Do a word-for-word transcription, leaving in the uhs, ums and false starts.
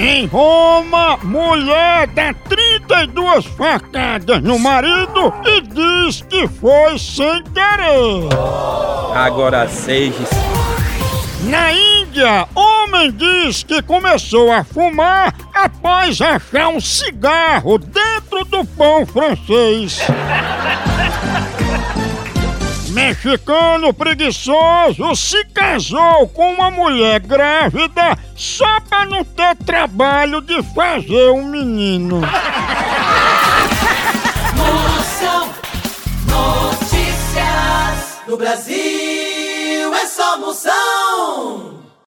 Em Roma, mulher dá trinta e duas facadas no marido e diz que foi sem querer. Agora seis. Na Índia, homem diz que começou a fumar após achar um cigarro dentro do pão francês. Mexicano preguiçoso se casou com uma mulher grávida só pra não ter trabalho de fazer um menino. Moção Notícias. No Brasil é só Moção.